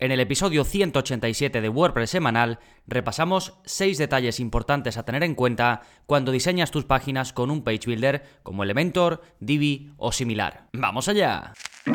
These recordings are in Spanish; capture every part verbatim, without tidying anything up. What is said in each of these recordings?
En el episodio ciento ochenta y siete de WordPress semanal repasamos seis detalles importantes a tener en cuenta cuando diseñas tus páginas con un Page Builder como Elementor, Divi o similar. ¡Vamos allá!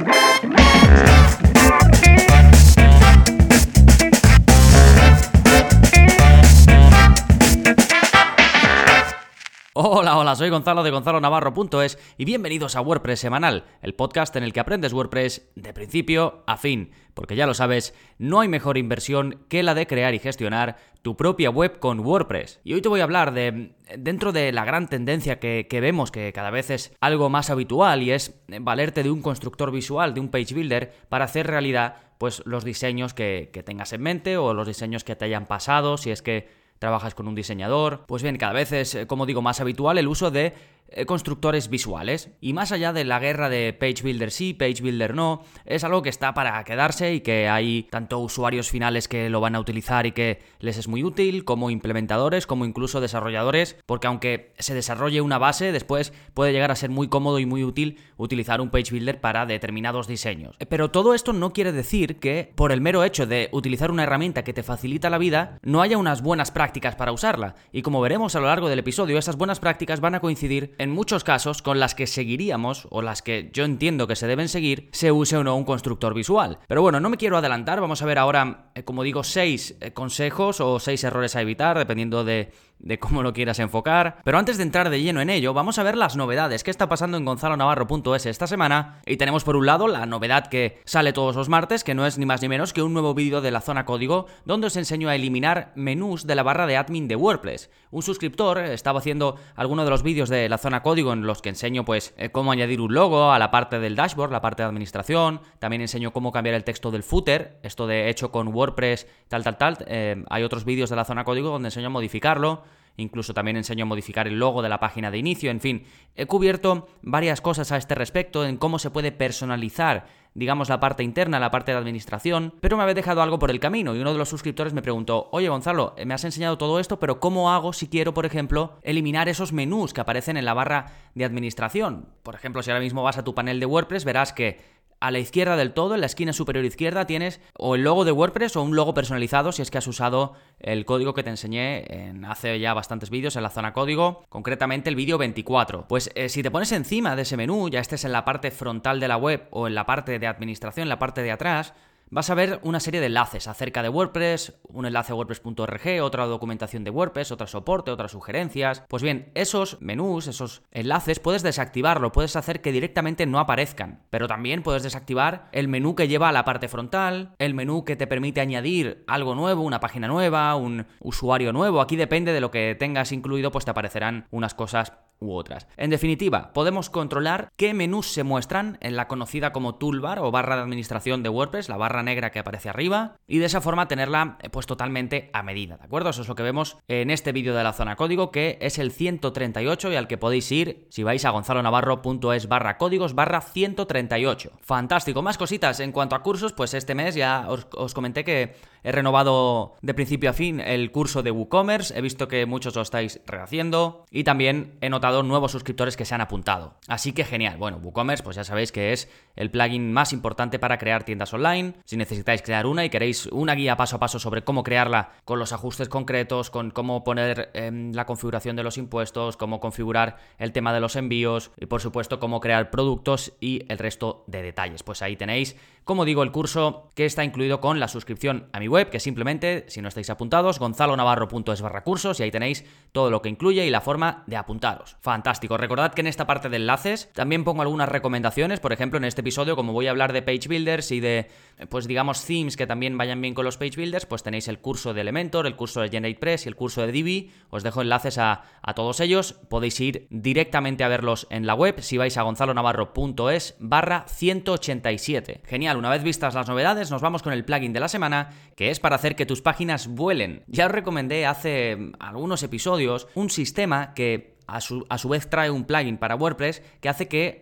Hola, hola, soy Gonzalo de gonzalo navarro punto es y bienvenidos a WordPress Semanal, el podcast en el que aprendes WordPress de principio a fin, porque ya lo sabes, no hay mejor inversión que la de crear y gestionar tu propia web con WordPress. Y hoy te voy a hablar de, dentro de la gran tendencia que, que vemos, que cada vez es algo más habitual, y es valerte de un constructor visual, de un Page Builder, para hacer realidad pues los diseños que, que tengas en mente o los diseños que te hayan pasado, si es que trabajas con un diseñador. Pues bien, cada vez es, como digo, más habitual el uso de eh, constructores visuales. Y más allá de la guerra de Page Builder sí, Page Builder no, es algo que está para quedarse y que hay tanto usuarios finales que lo van a utilizar y que les es muy útil, como implementadores, como incluso desarrolladores, porque aunque se desarrolle una base, después puede llegar a ser muy cómodo y muy útil utilizar un Page Builder para determinados diseños. Pero todo esto no quiere decir que, por el mero hecho de utilizar una herramienta que te facilita la vida, no haya unas buenas prácticas prácticas para usarla, y como veremos a lo largo del episodio, esas buenas prácticas van a coincidir en muchos casos con las que seguiríamos, o las que yo entiendo que se deben seguir, se use o no un constructor visual. Pero bueno, no me quiero adelantar, vamos a ver ahora, eh, como digo, seis eh, consejos o seis errores a evitar, dependiendo de de cómo lo quieras enfocar. Pero antes de entrar de lleno en ello, vamos a ver las novedades que está pasando en gonzalo navarro punto es esta semana. Y tenemos por un lado la novedad que sale todos los martes, que no es ni más ni menos que un nuevo vídeo de la zona código, donde os enseño a eliminar menús de la barra de admin de WordPress. Un suscriptor estaba haciendo alguno de los vídeos de la zona código en los que enseño pues eh, cómo añadir un logo a la parte del dashboard, la parte de administración. También enseño cómo cambiar el texto del footer, esto de hecho con WordPress, tal, tal, tal. Eh, hay otros vídeos de la zona código donde enseño a modificarlo. Incluso también enseño a modificar el logo de la página de inicio. En fin, he cubierto varias cosas a este respecto en cómo se puede personalizar, digamos, la parte interna, la parte de administración, pero me había dejado algo por el camino y uno de los suscriptores me preguntó: oye Gonzalo, me has enseñado todo esto, pero ¿cómo hago si quiero, por ejemplo, eliminar esos menús que aparecen en la barra de administración? Por ejemplo, si ahora mismo vas a tu panel de WordPress, verás que a la izquierda del todo, en la esquina superior izquierda, tienes o el logo de WordPress o un logo personalizado si es que has usado el código que te enseñé en hace ya bastantes vídeos en la zona código, concretamente el vídeo veinticuatro. Pues eh, si te pones encima de ese menú, ya estés en la parte frontal de la web o en la parte de administración, en la parte de atrás, vas a ver una serie de enlaces acerca de WordPress, un enlace a wordpress punto org, otra documentación de WordPress, otra soporte, otras sugerencias. Pues bien, esos menús, esos enlaces, puedes desactivarlo, puedes hacer que directamente no aparezcan, pero también puedes desactivar el menú que lleva a la parte frontal, el menú que te permite añadir algo nuevo, una página nueva, un usuario nuevo. Aquí depende de lo que tengas incluido, pues te aparecerán unas cosas u otras. En definitiva, podemos controlar qué menús se muestran en la conocida como toolbar o barra de administración de WordPress, la barra negra que aparece arriba, y de esa forma tenerla pues totalmente a medida, ¿de acuerdo? Eso es lo que vemos en este vídeo de la zona código, que es el ciento treinta y ocho y al que podéis ir si vais a gonzalo navarro punto es barra códigos barra ciento treinta y ocho. Fantástico. Más cositas en cuanto a cursos, pues este mes ya os, os comenté que he renovado de principio a fin el curso de WooCommerce, he visto que muchos lo estáis rehaciendo y también he notado nuevos suscriptores que se han apuntado. Así que genial. Bueno, WooCommerce pues ya sabéis que es el plugin más importante para crear tiendas online. Si necesitáis crear una y queréis una guía paso a paso sobre cómo crearla con los ajustes concretos, con cómo poner eh, la configuración de los impuestos, cómo configurar el tema de los envíos y por supuesto cómo crear productos y el resto de detalles, pues ahí tenéis, como digo, el curso que está incluido con la suscripción a mi web, que simplemente, si no estáis apuntados, gonzalo navarro punto es barra cursos, y ahí tenéis todo lo que incluye y la forma de apuntaros. Fantástico. Recordad que en esta parte de enlaces también pongo algunas recomendaciones. Por ejemplo, en este episodio, como voy a hablar de Page Builders y de, pues digamos, themes que también vayan bien con los Page Builders, pues tenéis el curso de Elementor, el curso de GeneratePress y el curso de Divi. Os dejo enlaces a, a todos ellos. Podéis ir directamente a verlos en la web si vais a gonzalo navarro punto es barra ciento ochenta y siete. Genial. Una vez vistas las novedades, nos vamos con el plugin de la semana, que es para hacer que tus páginas vuelen. Ya os recomendé hace algunos episodios un sistema que a su, a su vez trae un plugin para WordPress que hace que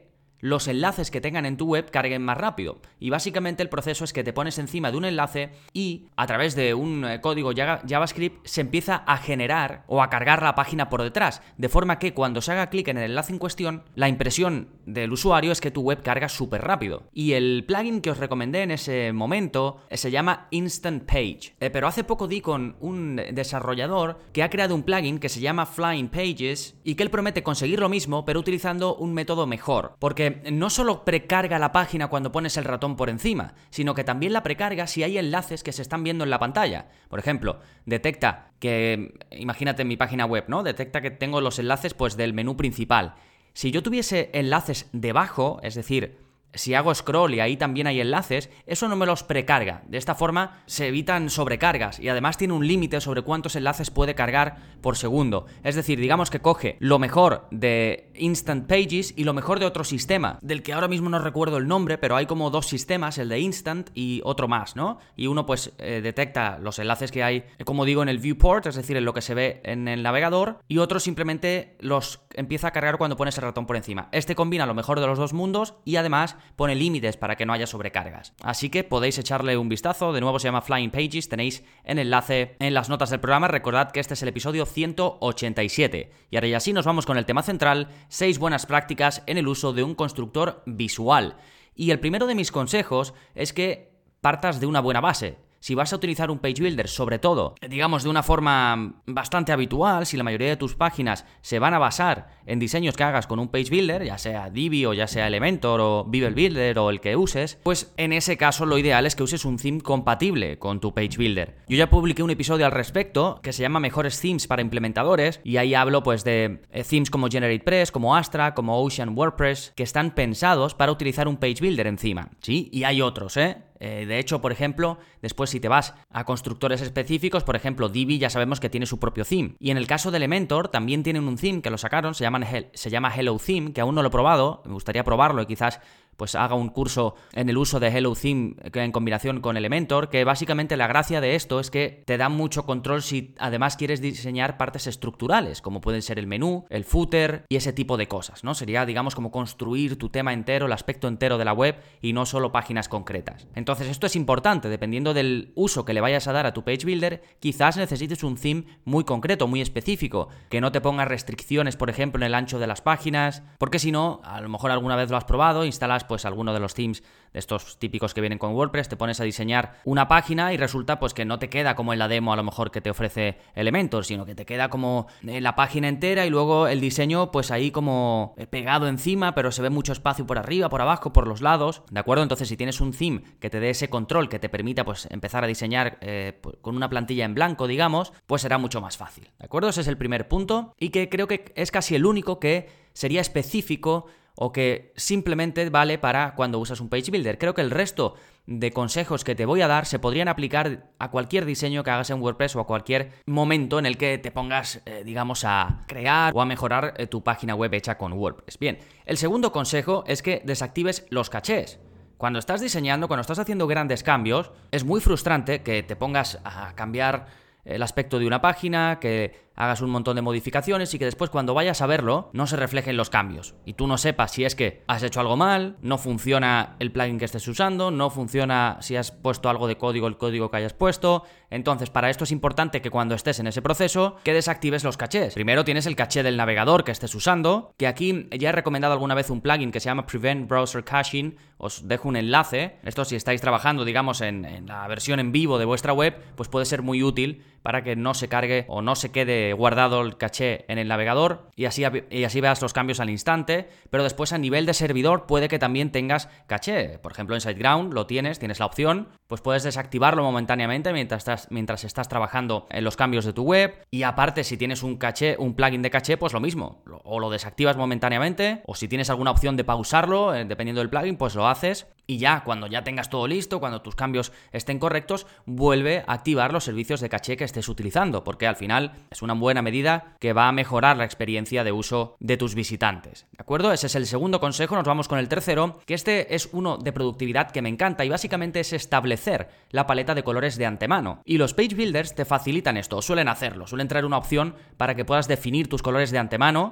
los enlaces que tengan en tu web carguen más rápido. Y básicamente el proceso es que te pones encima de un enlace y a través de un código JavaScript se empieza a generar o a cargar la página por detrás, de forma que cuando se haga clic en el enlace en cuestión, la impresión del usuario es que tu web carga súper rápido. Y el plugin que os recomendé en ese momento se llama Instant Page. Eh, pero hace poco di con un desarrollador que ha creado un plugin que se llama Flying Pages y que él promete conseguir lo mismo, pero utilizando un método mejor. Porque no solo precarga la página cuando pones el ratón por encima, sino que también la precarga si hay enlaces que se están viendo en la pantalla. Por ejemplo, detecta que, imagínate en mi página web, ¿no? Detecta que tengo los enlaces pues del menú principal. Si yo tuviese enlaces debajo, es decir, si hago scroll y ahí también hay enlaces, eso no me los precarga. De esta forma se evitan sobrecargas y además tiene un límite sobre cuántos enlaces puede cargar por segundo. Es decir, digamos que coge lo mejor de Instant Pages y lo mejor de otro sistema, del que ahora mismo no recuerdo el nombre, pero hay como dos sistemas, el de Instant y otro más, ¿no? Y uno pues eh, detecta los enlaces que hay, como digo, en el viewport, es decir, en lo que se ve en el navegador, y otro simplemente los empieza a cargar cuando pones el ratón por encima. Este combina lo mejor de los dos mundos y además pone límites para que no haya sobrecargas. Así que podéis echarle un vistazo. De nuevo se llama Flying Pages. Tenéis el enlace en las notas del programa. Recordad que este es el episodio ciento ochenta y siete. Y ahora ya sí nos vamos con el tema central. seis buenas prácticas en el uso de un constructor visual. Y el primero de mis consejos es que partas de una buena base. Si vas a utilizar un page builder, sobre todo, digamos, de una forma bastante habitual, si la mayoría de tus páginas se van a basar en diseños que hagas con un page builder, ya sea Divi o ya sea Elementor o Beaver Builder o el que uses, pues en ese caso lo ideal es que uses un theme compatible con tu page builder. Yo ya publiqué un episodio al respecto que se llama Mejores Themes para Implementadores y ahí hablo pues de themes como GeneratePress, como Astra, como Ocean WordPress, que están pensados para utilizar un page builder encima, ¿sí? Y hay otros, ¿eh? Eh, de hecho, por ejemplo, después si te vas a constructores específicos, por ejemplo, Divi ya sabemos que tiene su propio theme. Y en el caso de Elementor también tienen un theme que lo sacaron, se, llaman, se llama Hello Theme, que aún no lo he probado, me gustaría probarlo y quizás pues haga un curso en el uso de Hello Theme en combinación con Elementor, que básicamente la gracia de esto es que te da mucho control si además quieres diseñar partes estructurales, como pueden ser el menú, el footer y ese tipo de cosas, ¿no? Sería, digamos, como construir tu tema entero, el aspecto entero de la web y no solo páginas concretas. Entonces esto es importante, dependiendo del uso que le vayas a dar a tu page builder, quizás necesites un theme muy concreto, muy específico, que no te ponga restricciones, por ejemplo, en el ancho de las páginas, porque si no, a lo mejor alguna vez lo has probado, instalas pues alguno de los themes de estos típicos que vienen con WordPress, te pones a diseñar una página y resulta pues que no te queda como en la demo a lo mejor que te ofrece Elementor, sino que te queda como la página entera y luego el diseño pues ahí como pegado encima, pero se ve mucho espacio por arriba, por abajo, por los lados, ¿de acuerdo? Entonces si tienes un theme que te dé ese control, que te permita pues empezar a diseñar eh, pues, con una plantilla en blanco, digamos, pues será mucho más fácil, ¿de acuerdo? Ese es el primer punto y que creo que es casi el único que sería específico o que simplemente vale para cuando usas un page builder. Creo que el resto de consejos que te voy a dar se podrían aplicar a cualquier diseño que hagas en WordPress o a cualquier momento en el que te pongas, eh, digamos, a crear o a mejorar eh, tu página web hecha con WordPress. Bien, el segundo consejo es que desactives los cachés. Cuando estás diseñando, cuando estás haciendo grandes cambios, es muy frustrante que te pongas a cambiar el aspecto de una página, que hagas un montón de modificaciones y que después cuando vayas a verlo no se reflejen los cambios y tú no sepas si es que has hecho algo mal, no funciona el plugin que estés usando, no funciona si has puesto algo de código, el código que hayas puesto. Entonces para esto es importante que cuando estés en ese proceso que desactives los cachés. Primero tienes el caché del navegador que estés usando, que aquí ya he recomendado alguna vez un plugin que se llama Prevent Browser Caching, os dejo un enlace. Esto si estáis trabajando digamos en, en la versión en vivo de vuestra web, pues puede ser muy útil para que no se cargue o no se quede guardado el caché en el navegador y así, y así veas los cambios al instante, pero después a nivel de servidor puede que también tengas caché. Por ejemplo en SiteGround lo tienes, tienes la opción, pues puedes desactivarlo momentáneamente mientras estás, mientras estás trabajando en los cambios de tu web y aparte si tienes un caché, un plugin de caché, pues lo mismo, o lo desactivas momentáneamente o si tienes alguna opción de pausarlo, eh, dependiendo del plugin, pues lo haces. Y ya, cuando ya tengas todo listo, cuando tus cambios estén correctos, vuelve a activar los servicios de caché que estés utilizando, porque al final es una buena medida que va a mejorar la experiencia de uso de tus visitantes. ¿De acuerdo? Ese es el segundo consejo. Nos vamos con el tercero, que este es uno de productividad que me encanta y básicamente es establecer la paleta de colores de antemano. Y los page builders te facilitan esto, o suelen hacerlo, suelen traer una opción para que puedas definir tus colores de antemano.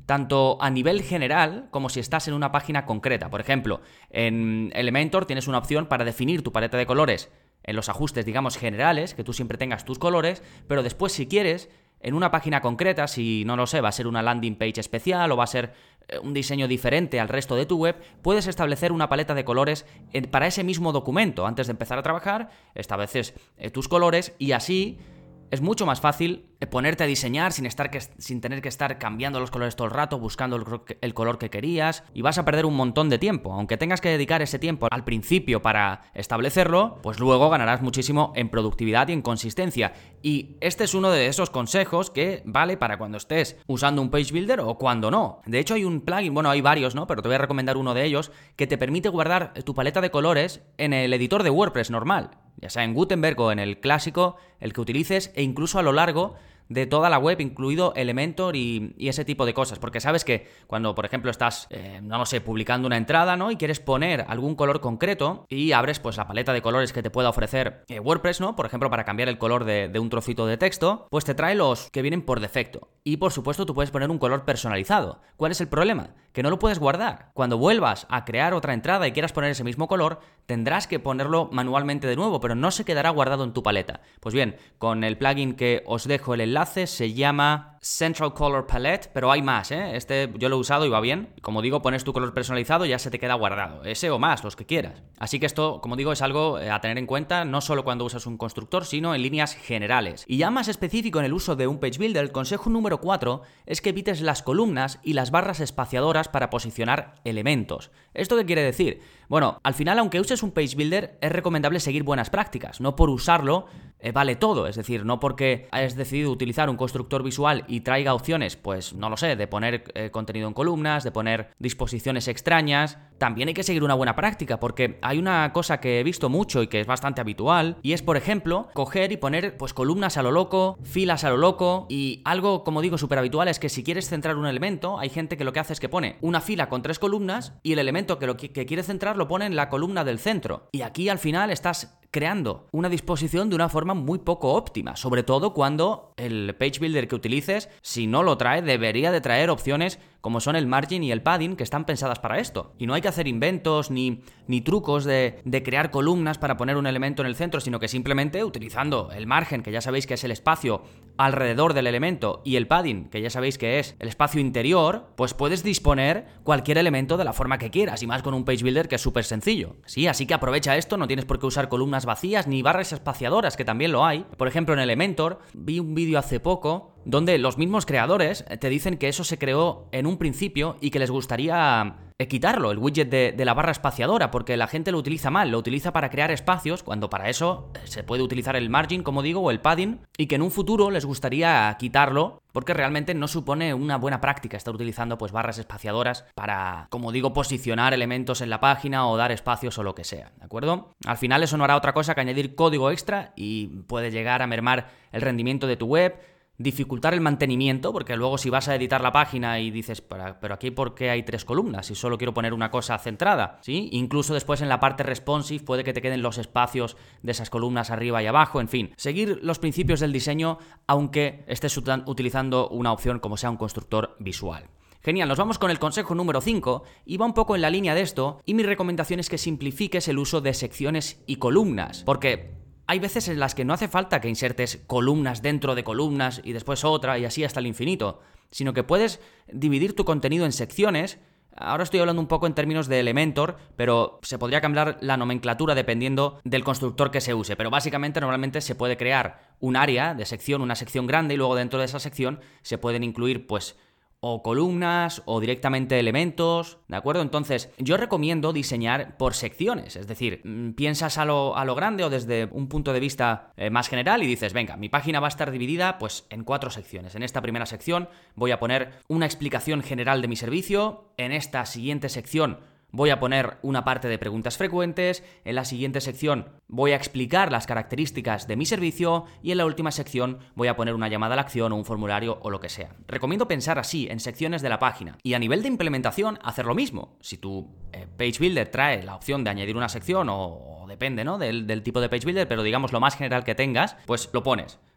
tanto a nivel general como si estás en una página concreta. Por ejemplo, en Elementor tienes una opción para definir tu paleta de colores en los ajustes, digamos, generales, que tú siempre tengas tus colores, pero después, si quieres, en una página concreta, si no lo sé, va a ser una landing page especial o va a ser un diseño diferente al resto de tu web, puedes establecer una paleta de colores para ese mismo documento. Antes de empezar a trabajar, estableces tus colores y así es mucho más fácil ponerte a diseñar sin, estar que, sin tener que estar cambiando los colores todo el rato, buscando el, el color que querías, y vas a perder un montón de tiempo. Aunque tengas que dedicar ese tiempo al principio para establecerlo, pues luego ganarás muchísimo en productividad y en consistencia. Y este es uno de esos consejos que vale para cuando estés usando un Page Builder o cuando no. De hecho, hay un plugin, bueno, hay varios, ¿no? Pero te voy a recomendar uno de ellos que te permite guardar tu paleta de colores en el editor de WordPress normal, ya sea en Gutenberg o en el clásico, el que utilices, e incluso a lo largo de toda la web, incluido Elementor y, y ese tipo de cosas. Porque sabes que cuando, por ejemplo, estás, eh, no lo sé, publicando una entrada, ¿no? Y quieres poner algún color concreto y abres, pues, la paleta de colores que te pueda ofrecer eh, WordPress, ¿no? Por ejemplo, para cambiar el color de, de un trocito de texto, pues te trae los que vienen por defecto. Y, por supuesto, tú puedes poner un color personalizado. ¿Cuál es el problema? Que no lo puedes guardar. Cuando vuelvas a crear otra entrada y quieras poner ese mismo color, tendrás que ponerlo manualmente de nuevo, pero no se quedará guardado en tu paleta. Pues bien, con el plugin que os dejo el enlace, se llama Central Color Palette, pero hay más, ¿eh? Este yo lo he usado y va bien. Como digo, pones tu color personalizado y ya se te queda guardado. Ese o más, los que quieras. Así que esto, como digo, es algo a tener en cuenta, no solo cuando usas un constructor, sino en líneas generales. Y ya más específico en el uso de un Page Builder, el consejo número cuatro es que evites las columnas y las barras espaciadoras para posicionar elementos. ¿Esto qué quiere decir? Bueno, al final, aunque uses un Page Builder, es recomendable seguir buenas prácticas. No por usarlo eh, vale todo. Es decir, no porque hayas decidido utilizar un constructor visual y traiga opciones, pues no lo sé, de poner eh, contenido en columnas, de poner disposiciones extrañas. También hay que seguir una buena práctica, porque hay una cosa que he visto mucho y que es bastante habitual, y es, por ejemplo, coger y poner pues columnas a lo loco, filas a lo loco, y algo, como digo, súper habitual es que si quieres centrar un elemento, hay gente que lo que hace es que pone una fila con tres columnas y el elemento que, lo que, que quiere centrar lo pone en la columna del centro. Y aquí al final estás creando una disposición de una forma muy poco óptima, sobre todo cuando el Page Builder que utilices, si no lo trae, debería de traer opciones como son el margin y el padding, que están pensadas para esto. Y no hay que hacer inventos ni, ni trucos de, de crear columnas para poner un elemento en el centro, sino que simplemente utilizando el margen, que ya sabéis que es el espacio alrededor del elemento, y el padding, que ya sabéis que es el espacio interior, pues puedes disponer cualquier elemento de la forma que quieras, y más con un Page Builder que es súper sencillo. Sí, así que aprovecha esto, no tienes por qué usar columnas vacías ni barras espaciadoras, que también lo hay. Por ejemplo, en Elementor vi un vídeo hace poco donde los mismos creadores te dicen que eso se creó en un principio y que les gustaría quitarlo, el widget de, de la barra espaciadora, porque la gente lo utiliza mal, lo utiliza para crear espacios, cuando para eso se puede utilizar el margin, como digo, o el padding, y que en un futuro les gustaría quitarlo, porque realmente no supone una buena práctica estar utilizando pues barras espaciadoras para, como digo, posicionar elementos en la página o dar espacios o lo que sea, ¿de acuerdo? Al final eso no hará otra cosa que añadir código extra y puede llegar a mermar el rendimiento de tu web, dificultar el mantenimiento, porque luego si vas a editar la página y dices, pero aquí ¿por qué hay tres columnas? Si solo quiero poner una cosa centrada, ¿sí? Incluso después en la parte responsive puede que te queden los espacios de esas columnas arriba y abajo, en fin. Seguir los principios del diseño aunque estés utilizando una opción como sea un constructor visual. Genial, nos vamos con el consejo número cinco y va un poco en la línea de esto, y mi recomendación es que simplifiques el uso de secciones y columnas, porque hay veces en las que no hace falta que insertes columnas dentro de columnas y después otra y así hasta el infinito, sino que puedes dividir tu contenido en secciones. Ahora estoy hablando un poco en términos de Elementor, pero se podría cambiar la nomenclatura dependiendo del constructor que se use. Pero básicamente normalmente se puede crear un área de sección, una sección grande, y luego dentro de esa sección se pueden incluir pues o columnas o directamente elementos, ¿de acuerdo? Entonces, yo recomiendo diseñar por secciones, es decir, piensas a lo, a lo grande o desde un punto de vista eh, más general y dices, venga, mi página va a estar dividida pues en cuatro secciones. En esta primera sección voy a poner una explicación general de mi servicio, en esta siguiente sección voy a poner una parte de preguntas frecuentes, en la siguiente sección voy a explicar las características de mi servicio y en la última sección voy a poner una llamada a la acción o un formulario o lo que sea. Recomiendo pensar así en secciones de la página y a nivel de implementación hacer lo mismo. Si tu eh, Page Builder trae la opción de añadir una sección o, o depende, ¿no? del, del tipo de Page Builder, pero digamos lo más general que tengas, pues lo pones.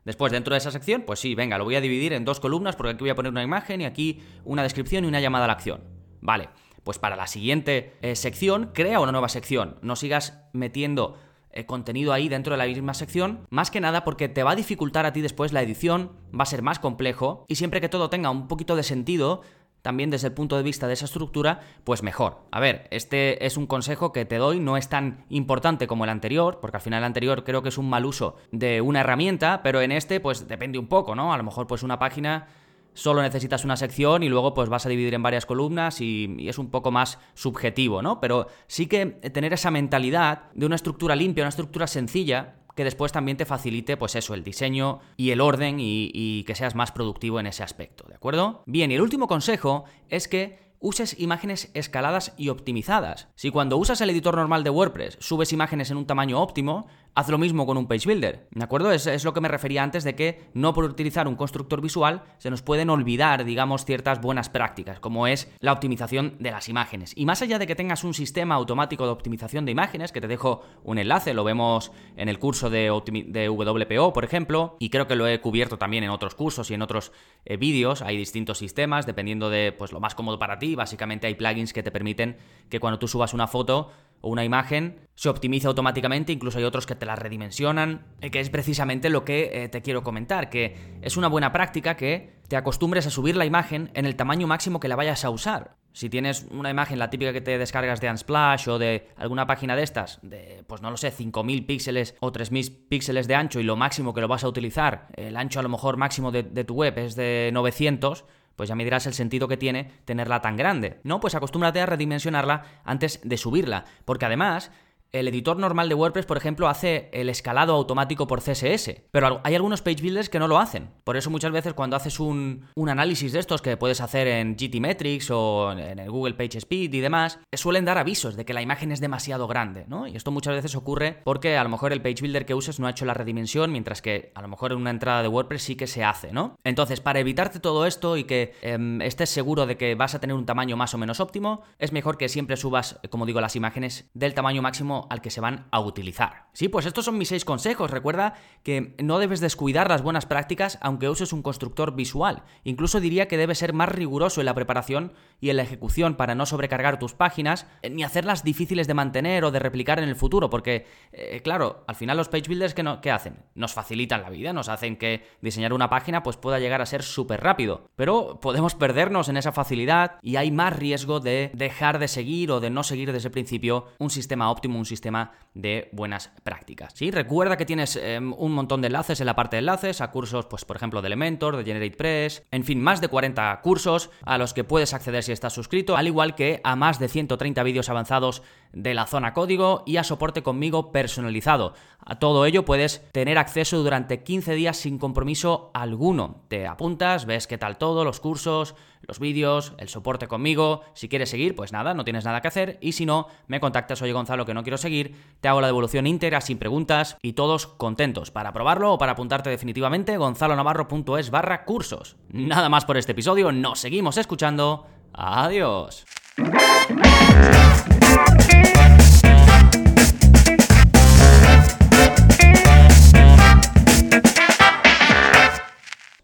Después, dentro de esa sección, pues sí, venga, lo voy a dividir en dos columnas porque aquí voy a poner una imagen y aquí una descripción y una llamada a la acción. Vale, pues para la siguiente eh, sección, crea una nueva sección. No sigas metiendo eh, contenido ahí dentro de la misma sección, más que nada porque te va a dificultar a ti después la edición, va a ser más complejo y siempre que todo tenga un poquito de sentido, también desde el punto de vista de esa estructura, pues mejor. A ver, este es un consejo que te doy, no es tan importante como el anterior, porque al final el anterior creo que es un mal uso de una herramienta, pero en este pues depende un poco, ¿no? A lo mejor pues una página solo necesitas una sección y luego pues vas a dividir en varias columnas y, y es un poco más subjetivo, ¿no? Pero sí que tener esa mentalidad de una estructura limpia, una estructura sencilla, que después también te facilite, pues eso, el diseño y el orden y, y que seas más productivo en ese aspecto, ¿de acuerdo? Bien, y el último consejo es que uses imágenes escaladas y optimizadas. Si cuando usas el editor normal de WordPress subes imágenes en un tamaño óptimo, haz lo mismo con un page builder, ¿de acuerdo? Es, es lo que me refería antes de que no por utilizar un constructor visual se nos pueden olvidar, digamos, ciertas buenas prácticas, como es la optimización de las imágenes. Y más allá de que tengas un sistema automático de optimización de imágenes, que te dejo un enlace, lo vemos en el curso de, de W P O, por ejemplo, y creo que lo he cubierto también en otros cursos y en otros eh, vídeos, hay distintos sistemas, dependiendo de pues lo más cómodo para ti. Básicamente hay plugins que te permiten que cuando tú subas una foto o una imagen se optimice automáticamente, incluso hay otros que te la redimensionan, que es precisamente lo que eh, te quiero comentar, que es una buena práctica que te acostumbres a subir la imagen en el tamaño máximo que la vayas a usar. Si tienes una imagen, la típica que te descargas de Unsplash o de alguna página de estas, de, pues no lo sé, cinco mil píxeles o tres mil píxeles de ancho y lo máximo que lo vas a utilizar, el ancho a lo mejor máximo de, de tu web es de novecientos, pues ya me dirás el sentido que tiene tenerla tan grande, ¿no? Pues acostúmbrate a redimensionarla antes de subirla, porque además el editor normal de WordPress, por ejemplo, hace el escalado automático por C S S, pero hay algunos page builders que no lo hacen. Por eso muchas veces cuando haces un, un análisis de estos que puedes hacer en G T Metrix o en el Google PageSpeed y demás, suelen dar avisos de que la imagen es demasiado grande, ¿no? Y esto muchas veces ocurre porque a lo mejor el page builder que uses no ha hecho la redimensión, mientras que a lo mejor en una entrada de WordPress sí que se hace, ¿no? Entonces, para evitarte todo esto y que eh, estés seguro de que vas a tener un tamaño más o menos óptimo, es mejor que siempre subas, como digo, las imágenes del tamaño máximo al que se van a utilizar. Sí, pues estos son mis seis consejos. Recuerda que no debes descuidar las buenas prácticas aunque uses un constructor visual. Incluso diría que debes ser más riguroso en la preparación y en la ejecución para no sobrecargar tus páginas ni hacerlas difíciles de mantener o de replicar en el futuro, porque, eh, claro, al final los page builders, ¿qué, no, ¿qué hacen? Nos facilitan la vida, nos hacen que diseñar una página pues pueda llegar a ser súper rápido, pero podemos perdernos en esa facilidad y hay más riesgo de dejar de seguir o de no seguir desde el principio un sistema óptimo, un sistema de buenas prácticas. ¿Sí? Recuerda que tienes eh, un montón de enlaces en la parte de enlaces a cursos, pues por ejemplo de Elementor, de GeneratePress, en fin, más de cuarenta cursos a los que puedes acceder si estás suscrito, al igual que a más de ciento treinta vídeos avanzados de la zona código y a soporte conmigo personalizado. A todo ello puedes tener acceso durante quince días sin compromiso alguno. Te apuntas, ves qué tal todo, los cursos, los vídeos, el soporte conmigo. Si quieres seguir, pues nada, no tienes nada que hacer. Y si no, me contactas, oye Gonzalo, que no quiero seguir, te hago la devolución íntegra sin preguntas y todos contentos. Para probarlo o para apuntarte definitivamente, gonzalonavarro.es barra cursos. Nada más por este episodio, nos seguimos escuchando. Adiós.